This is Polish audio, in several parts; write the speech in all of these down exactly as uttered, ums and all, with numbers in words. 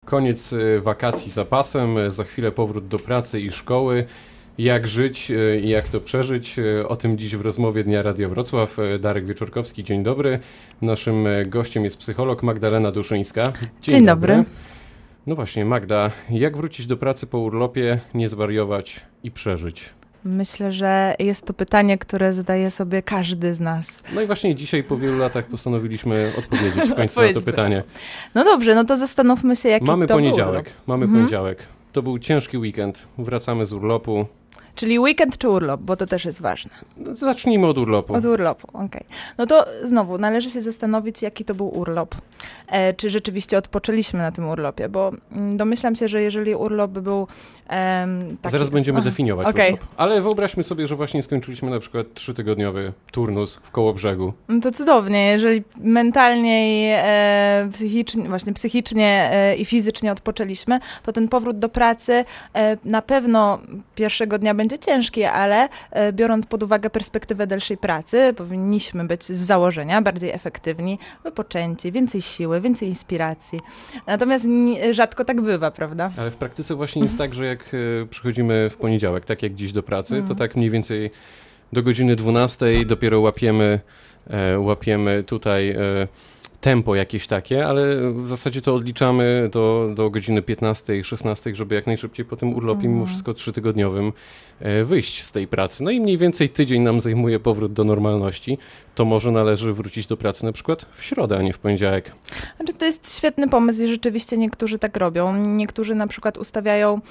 Koniec wakacji za pasem, za chwilę powrót do pracy i szkoły. Jak żyć i jak to przeżyć? O tym dziś w rozmowie Dnia Radia Wrocław. Darek Wieczorkowski, dzień dobry. Naszym gościem jest psycholog Magdalena Duszyńska. Dzień, dzień dobry. dobry. No właśnie, Magda, jak wrócić do pracy po urlopie, nie zwariować i przeżyć? Myślę, że jest to pytanie, które zadaje sobie każdy z nas. No i właśnie dzisiaj po wielu latach postanowiliśmy odpowiedzieć w końcu na to pytanie. No dobrze, no to zastanówmy się, jaki Mamy to poniedziałek, był urlop. mamy mhm. poniedziałek. To był ciężki weekend. Wracamy z urlopu. Czyli weekend czy urlop, bo to też jest ważne. Zacznijmy od urlopu. Od urlopu, okej. Okay. No to znowu należy się zastanowić, jaki to był urlop. E, czy rzeczywiście odpoczęliśmy na tym urlopie, bo mm, domyślam się, że jeżeli urlop był em, taki... Zaraz będziemy Aha, definiować okay. urlop. Ale wyobraźmy sobie, że właśnie skończyliśmy na przykład trzytygodniowy turnus w Kołobrzegu. No to cudownie. Jeżeli mentalnie i e, psychicznie, właśnie psychicznie e, i fizycznie odpoczęliśmy, to ten powrót do pracy e, na pewno pierwszego dnia będzie ciężki, ale e, biorąc pod uwagę perspektywę dalszej pracy, powinniśmy być z założenia bardziej efektywni, wypoczęci, więcej siły, więcej inspiracji. Natomiast nie, rzadko tak bywa, prawda? Ale w praktyce właśnie jest tak, że jak e, przychodzimy w poniedziałek, tak jak dziś do pracy, mm. to tak mniej więcej do godziny dwunastej dopiero łapiemy, e, łapiemy tutaj e, tempo jakieś takie, ale w zasadzie to odliczamy do, do godziny piętnastej, szesnastej, żeby jak najszybciej po tym urlopie, mm. mimo wszystko trzytygodniowym, e, wyjść z tej pracy. No i mniej więcej tydzień nam zajmuje powrót do normalności. To może należy wrócić do pracy na przykład w środę, a nie w poniedziałek. Znaczy, to jest świetny pomysł i rzeczywiście niektórzy tak robią. Niektórzy na przykład ustawiają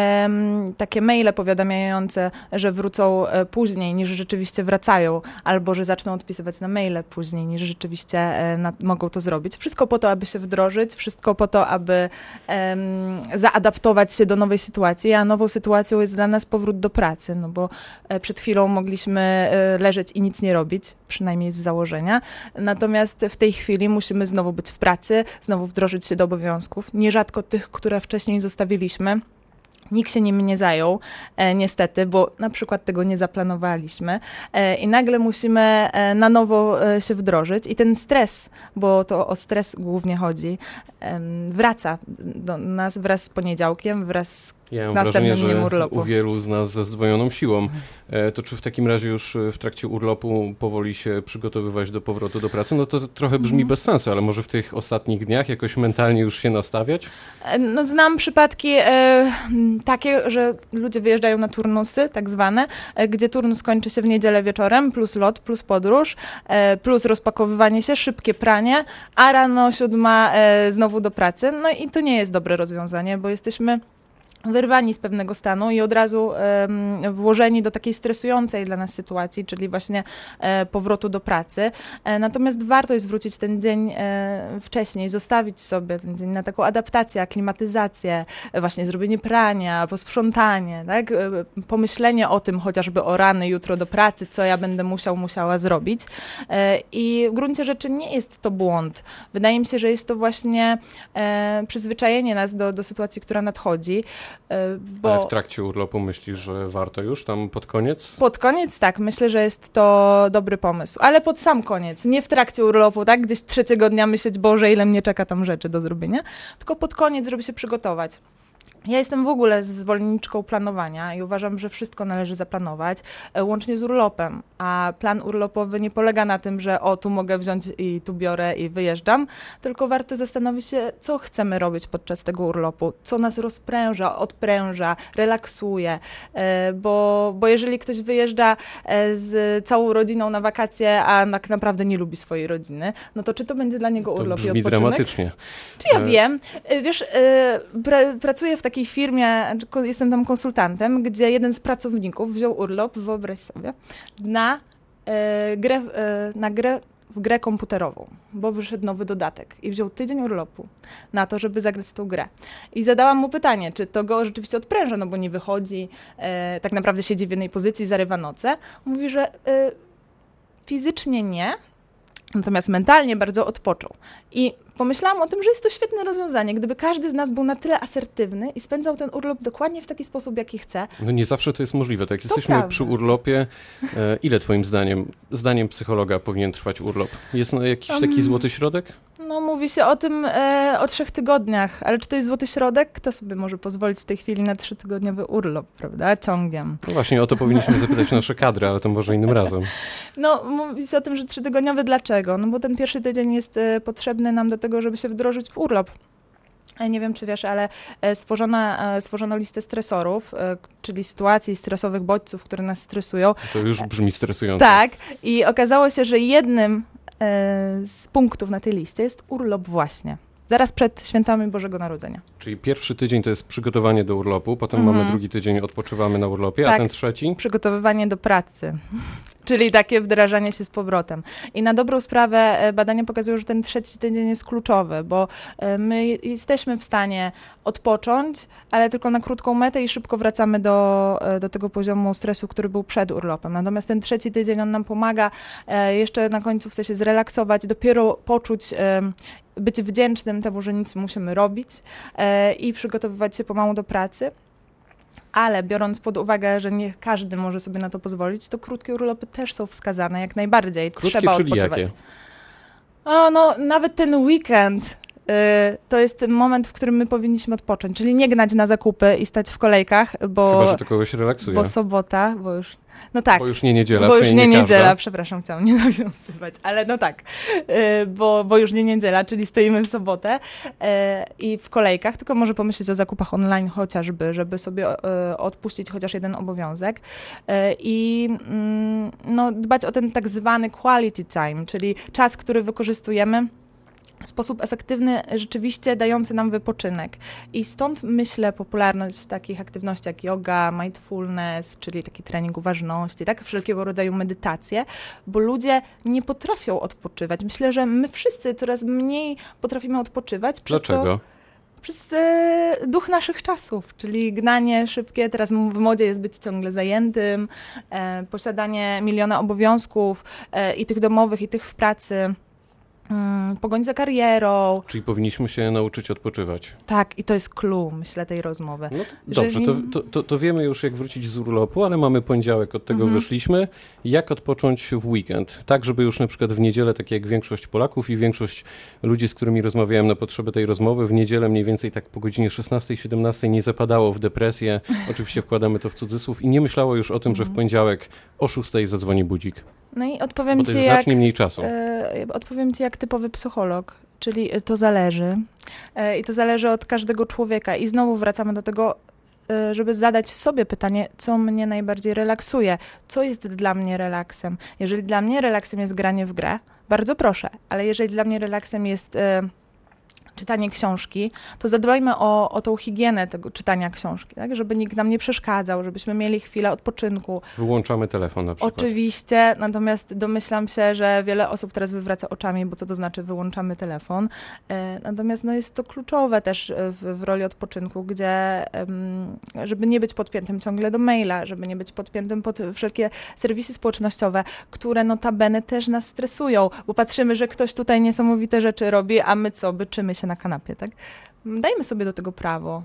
um, takie maile powiadamiające, że wrócą e, później niż rzeczywiście wracają, albo że zaczną odpisywać na maile później niż rzeczywiście e, na, mogą to zrobić. Wszystko po to, aby się wdrożyć, wszystko po to, aby um, zaadaptować się do nowej sytuacji, a nową sytuacją jest dla nas powrót do pracy, no bo e, przed chwilą mogliśmy e, leżeć i nic nie robić, przynajmniej z założenia. Natomiast w tej chwili musimy znowu być w pracy, znowu wdrożyć się do obowiązków, nierzadko tych, które wcześniej zostawiliśmy. Nikt się nimi nie zajął, e, niestety, bo na przykład tego nie zaplanowaliśmy e, i nagle musimy e, na nowo e, się wdrożyć i ten stres, bo to o stres głównie chodzi, e, wraca do nas wraz z poniedziałkiem, wraz z Ja mam następnym wrażenie, dniem że urlopu. u wielu z nas ze zdwojoną siłą. E, to czy w takim razie już w trakcie urlopu powoli się przygotowywać do powrotu do pracy? No to trochę brzmi bez sensu, ale może w tych ostatnich dniach jakoś mentalnie już się nastawiać? E, no znam przypadki e, takie, że ludzie wyjeżdżają na turnusy, tak zwane, e, gdzie turnus kończy się w niedzielę wieczorem, plus lot, plus podróż, e, plus rozpakowywanie się, szybkie pranie, a rano siódma e, znowu do pracy. No i to nie jest dobre rozwiązanie, bo jesteśmy wyrwani z pewnego stanu i od razu um, włożeni do takiej stresującej dla nas sytuacji, czyli właśnie e, powrotu do pracy. E, natomiast warto jest wrócić ten dzień e, wcześniej, zostawić sobie ten dzień na taką adaptację, aklimatyzację, e, właśnie zrobienie prania, posprzątanie, tak? E, pomyślenie o tym chociażby o rany jutro do pracy, co ja będę musiał, musiała zrobić. E, I w gruncie rzeczy nie jest to błąd. Wydaje mi się, że jest to właśnie e, przyzwyczajenie nas do, do sytuacji, która nadchodzi. Bo ale w trakcie urlopu myślisz, że warto już tam pod koniec? Pod koniec tak, myślę, że jest to dobry pomysł, ale pod sam koniec, nie w trakcie urlopu, tak, gdzieś trzeciego dnia myśleć, Boże, ile mnie czeka tam rzeczy do zrobienia, tylko pod koniec, żeby się przygotować. Ja jestem w ogóle zwolenniczką planowania i uważam, że wszystko należy zaplanować, łącznie z urlopem, a plan urlopowy nie polega na tym, że o, tu mogę wziąć i tu biorę i wyjeżdżam, tylko warto zastanowić się, co chcemy robić podczas tego urlopu, co nas rozpręża, odpręża, relaksuje, bo, bo jeżeli ktoś wyjeżdża z całą rodziną na wakacje, a tak naprawdę nie lubi swojej rodziny, no to czy to będzie dla niego urlop i odpoczynek? To brzmi dramatycznie. Czy ja wiem, wiesz, pra- pracuję w takiej firmie, jestem tam konsultantem, gdzie jeden z pracowników wziął urlop, wyobraź sobie, na, e, grę, e, na grę w grę komputerową, bo wyszedł nowy dodatek i wziął tydzień urlopu na to, żeby zagrać w tą grę. I zadałam mu pytanie, czy to go rzeczywiście odpręża, no bo nie wychodzi, e, tak naprawdę siedzi w jednej pozycji, zarywa noce. Mówi, że e, fizycznie nie, natomiast mentalnie bardzo odpoczął. I pomyślałam o tym, że jest to świetne rozwiązanie, gdyby każdy z nas był na tyle asertywny i spędzał ten urlop dokładnie w taki sposób, jaki chce. No nie zawsze to jest możliwe. Tak, jak to jesteśmy prawda. Przy urlopie, e, ile twoim zdaniem, zdaniem psychologa powinien trwać urlop? Jest no, jakiś um, taki złoty środek? No mówi się o tym e, o trzech tygodniach, ale czy to jest złoty środek? Kto sobie może pozwolić w tej chwili na trzytygodniowy urlop, prawda? Ciągiem. No właśnie, o to powinniśmy zapytać nasze kadry, ale to może innym razem. No mówi się o tym, że trzytygodniowy dlaczego? No bo ten pierwszy tydzień jest e, potrzebny nam do tego, żeby się wdrożyć w urlop. Nie wiem, czy wiesz, ale stworzono, stworzono listę stresorów, czyli sytuacji stresowych bodźców, które nas stresują. To już brzmi stresująco. Tak. I okazało się, że jednym z punktów na tej liście jest urlop właśnie. Zaraz przed świętami Bożego Narodzenia. Czyli pierwszy tydzień to jest przygotowanie do urlopu, potem Mhm. mamy drugi tydzień, odpoczywamy na urlopie, Tak. a ten trzeci? Przygotowywanie do pracy. Czyli takie wdrażanie się z powrotem. I na dobrą sprawę badania pokazują, że ten trzeci tydzień jest kluczowy, bo my jesteśmy w stanie odpocząć, ale tylko na krótką metę i szybko wracamy do, do tego poziomu stresu, który był przed urlopem. Natomiast ten trzeci tydzień, on nam pomaga jeszcze na końcu chce się zrelaksować, dopiero poczuć, być wdzięcznym temu, że nic musimy robić i przygotowywać się pomału do pracy. Ale biorąc pod uwagę, że nie każdy może sobie na to pozwolić, to krótkie urlopy też są wskazane jak najbardziej. Krótkie, Trzeba czyli odpoczywać. jakie? O, no, nawet ten weekend y, to jest ten moment, w którym my powinniśmy odpocząć. Czyli nie gnać na zakupy i stać w kolejkach, bo, Chyba, że to kogoś relaksuje. bo sobota, bo już... No tak. Bo już nie niedziela, Bo już nie, nie niedziela, każda. przepraszam, chciałam nie nawiązywać, ale no tak, yy, bo, bo już nie niedziela, czyli stoimy w sobotę yy, i w kolejkach, tylko może pomyśleć o zakupach online chociażby, żeby sobie yy, odpuścić chociaż jeden obowiązek yy, i yy, no, dbać o ten tak zwany quality time, czyli czas, który wykorzystujemy w sposób efektywny, rzeczywiście dający nam wypoczynek. I stąd myślę popularność takich aktywności jak yoga, mindfulness, czyli taki trening uważności, tak, wszelkiego rodzaju medytacje, bo ludzie nie potrafią odpoczywać. Myślę, że my wszyscy coraz mniej potrafimy odpoczywać. Przez Dlaczego? To, przez e, duch naszych czasów, czyli gnanie szybkie, teraz w modzie jest być ciągle zajętym, e, posiadanie miliona obowiązków e, i tych domowych, i tych w pracy. Hmm, pogoń za karierą. Czyli powinniśmy się nauczyć odpoczywać. Tak, i to jest clue, myślę, tej rozmowy. No, dobrze, nie... to, to, to, to wiemy już, jak wrócić z urlopu, ale mamy poniedziałek, od tego Mhm. wyszliśmy. Jak odpocząć w weekend? Tak, żeby już na przykład w niedzielę, tak jak większość Polaków i większość ludzi, z którymi rozmawiałem na potrzeby tej rozmowy, w niedzielę mniej więcej tak po godzinie szesnastej siedemnastej nie zapadało w depresję. Oczywiście wkładamy to w cudzysłów i nie myślało już o tym, że w poniedziałek o szóstej zadzwoni budzik. No i odpowiem Bo to ci jest jak... znacznie mniej czasu. E, odpowiem ci jak typowy psycholog, czyli to zależy. E, I to zależy od każdego człowieka. I znowu wracamy do tego, e, żeby zadać sobie pytanie, co mnie najbardziej relaksuje. Co jest dla mnie relaksem? Jeżeli dla mnie relaksem jest granie w grę, bardzo proszę. Ale jeżeli dla mnie relaksem jest... E, czytanie książki, to zadbajmy o, o tą higienę tego czytania książki, tak? Żeby nikt nam nie przeszkadzał, żebyśmy mieli chwilę odpoczynku. Wyłączamy telefon na przykład. Oczywiście, natomiast domyślam się, że wiele osób teraz wywraca oczami, bo co to znaczy wyłączamy telefon. E, natomiast no, jest to kluczowe też w, w roli odpoczynku, gdzie um, żeby nie być podpiętym ciągle do maila, żeby nie być podpiętym pod wszelkie serwisy społecznościowe, które notabene też nas stresują, bo patrzymy, że ktoś tutaj niesamowite rzeczy robi, a my co, byczymy się na kanapie, tak? Dajmy sobie do tego prawo.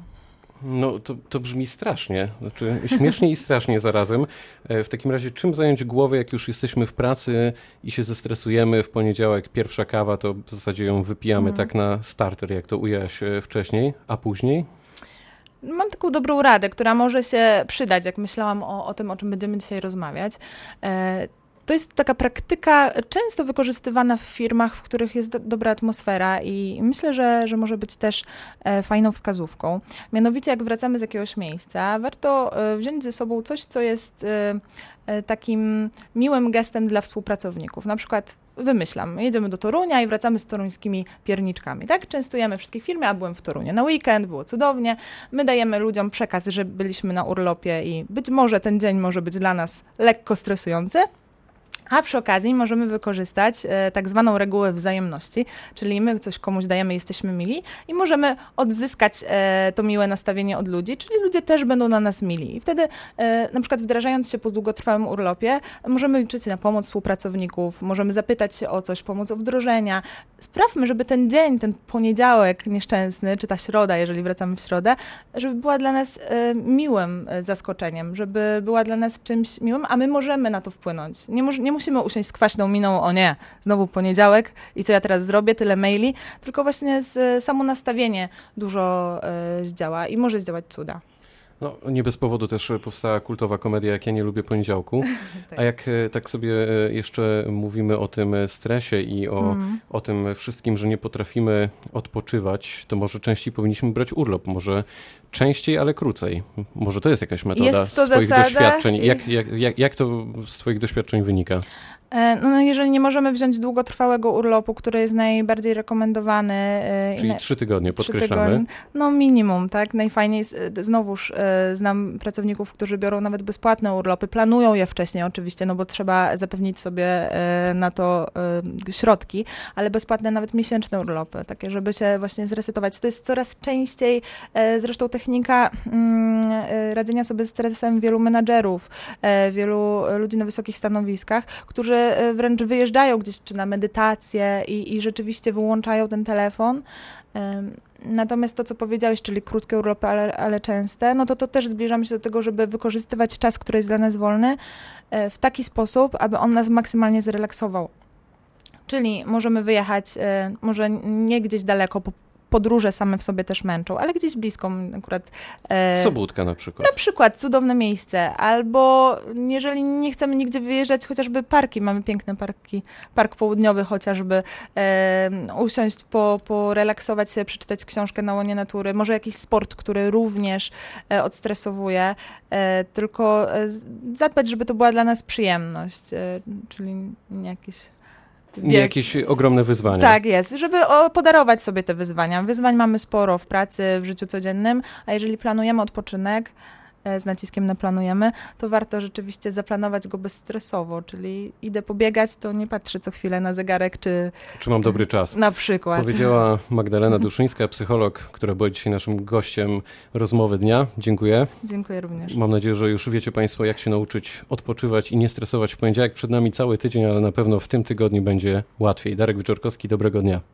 No to, to brzmi strasznie, znaczy śmiesznie i strasznie zarazem. W takim razie czym zająć głowę, jak już jesteśmy w pracy i się zestresujemy w poniedziałek, pierwsza kawa, to w zasadzie ją wypijamy mm. tak na starter, jak to ujęłaś wcześniej, a później? Mam taką dobrą radę, która może się przydać, jak myślałam o, o tym, o czym będziemy dzisiaj rozmawiać. E, To jest taka praktyka często wykorzystywana w firmach, w których jest do, dobra atmosfera i myślę, że, że może być też e, fajną wskazówką. Mianowicie jak wracamy z jakiegoś miejsca, warto e, wziąć ze sobą coś, co jest e, e, takim miłym gestem dla współpracowników. Na przykład wymyślam, jedziemy do Torunia i wracamy z toruńskimi pierniczkami. Tak? Częstujemy wszystkich w firmie, a byłem w Toruniu na weekend, było cudownie. My dajemy ludziom przekaz, że byliśmy na urlopie i być może ten dzień może być dla nas lekko stresujący. A przy okazji możemy wykorzystać e, tak zwaną regułę wzajemności, czyli my coś komuś dajemy, jesteśmy mili i możemy odzyskać e, to miłe nastawienie od ludzi, czyli ludzie też będą na nas mili. I wtedy e, na przykład wdrażając się po długotrwałym urlopie, możemy liczyć na pomoc współpracowników, możemy zapytać się o coś, pomóc o wdrożenia. Sprawmy, żeby ten dzień, ten poniedziałek nieszczęsny, czy ta środa, jeżeli wracamy w środę, żeby była dla nas e, miłym zaskoczeniem, żeby była dla nas czymś miłym, a my możemy na to wpłynąć. Nie, moż, nie musimy usiąść z kwaśną miną, o nie, znowu poniedziałek i co ja teraz zrobię, tyle maili, tylko właśnie z, samo nastawienie dużo y, zdziała i może zdziałać cuda. No, nie bez powodu też powstała kultowa komedia Jak ja nie lubię poniedziałku. Tak. A jak e, tak sobie e, jeszcze mówimy o tym stresie i o, Mm. o tym wszystkim, że nie potrafimy odpoczywać, to może częściej powinniśmy brać urlop. Może częściej, ale krócej. Może to jest jakaś metoda Jest to z twoich zasada doświadczeń. i- Jak, jak, jak, jak to z twoich doświadczeń wynika? E, No, no jeżeli nie możemy wziąć długotrwałego urlopu, który jest najbardziej rekomendowany. e, i Czyli na- trzy tygodnie, trzy podkreślamy. tygodnie, no minimum, tak? Najfajniej, jest, e, znowuż e, znam pracowników, którzy biorą nawet bezpłatne urlopy, planują je wcześniej oczywiście, no bo trzeba zapewnić sobie e, na to e, środki, ale bezpłatne nawet miesięczne urlopy, takie, żeby się właśnie zresetować. To jest coraz częściej, e, zresztą technika mm, e, radzenia sobie z stresem wielu menadżerów, e, wielu ludzi na wysokich stanowiskach, którzy e, wręcz wyjeżdżają gdzieś czy na medytację i, i rzeczywiście wyłączają ten telefon. Em, Natomiast to, co powiedziałeś, czyli krótkie urlopy, ale, ale częste, no to to też zbliżamy się do tego, żeby wykorzystywać czas, który jest dla nas wolny, e, w taki sposób, aby on nas maksymalnie zrelaksował. Czyli możemy wyjechać, e, może nie gdzieś daleko, bo podróże same w sobie też męczą, ale gdzieś blisko akurat. e, Sobótka na przykład. Na przykład cudowne miejsce, albo jeżeli nie chcemy nigdzie wyjeżdżać, chociażby parki, mamy piękne parki, park południowy chociażby, e, usiąść, po, porelaksować się, przeczytać książkę na łonie natury, może jakiś sport, który również e, odstresowuje, e, tylko e, z- zadbać, żeby to była dla nas przyjemność, e, czyli nie jakieś... Nie jakieś ogromne wyzwania. Tak jest, żeby o, podarować sobie te wyzwania. Wyzwań mamy sporo w pracy, w życiu codziennym, a jeżeli planujemy odpoczynek, e, z naciskiem na planujemy, to warto rzeczywiście zaplanować go bezstresowo, czyli idę pobiegać, to nie patrzę co chwilę na zegarek, czy Czy mam dobry czas? na przykład. Powiedziała Magdalena Duszyńska, psycholog, która była dzisiaj naszym gościem rozmowy dnia. Dziękuję. Dziękuję również. Mam nadzieję, że już wiecie Państwo, jak się nauczyć odpoczywać i nie stresować w poniedziałek. Przed nami cały tydzień, ale na pewno w tym tygodniu będzie łatwiej. Darek Wyczorkowski, dobrego dnia.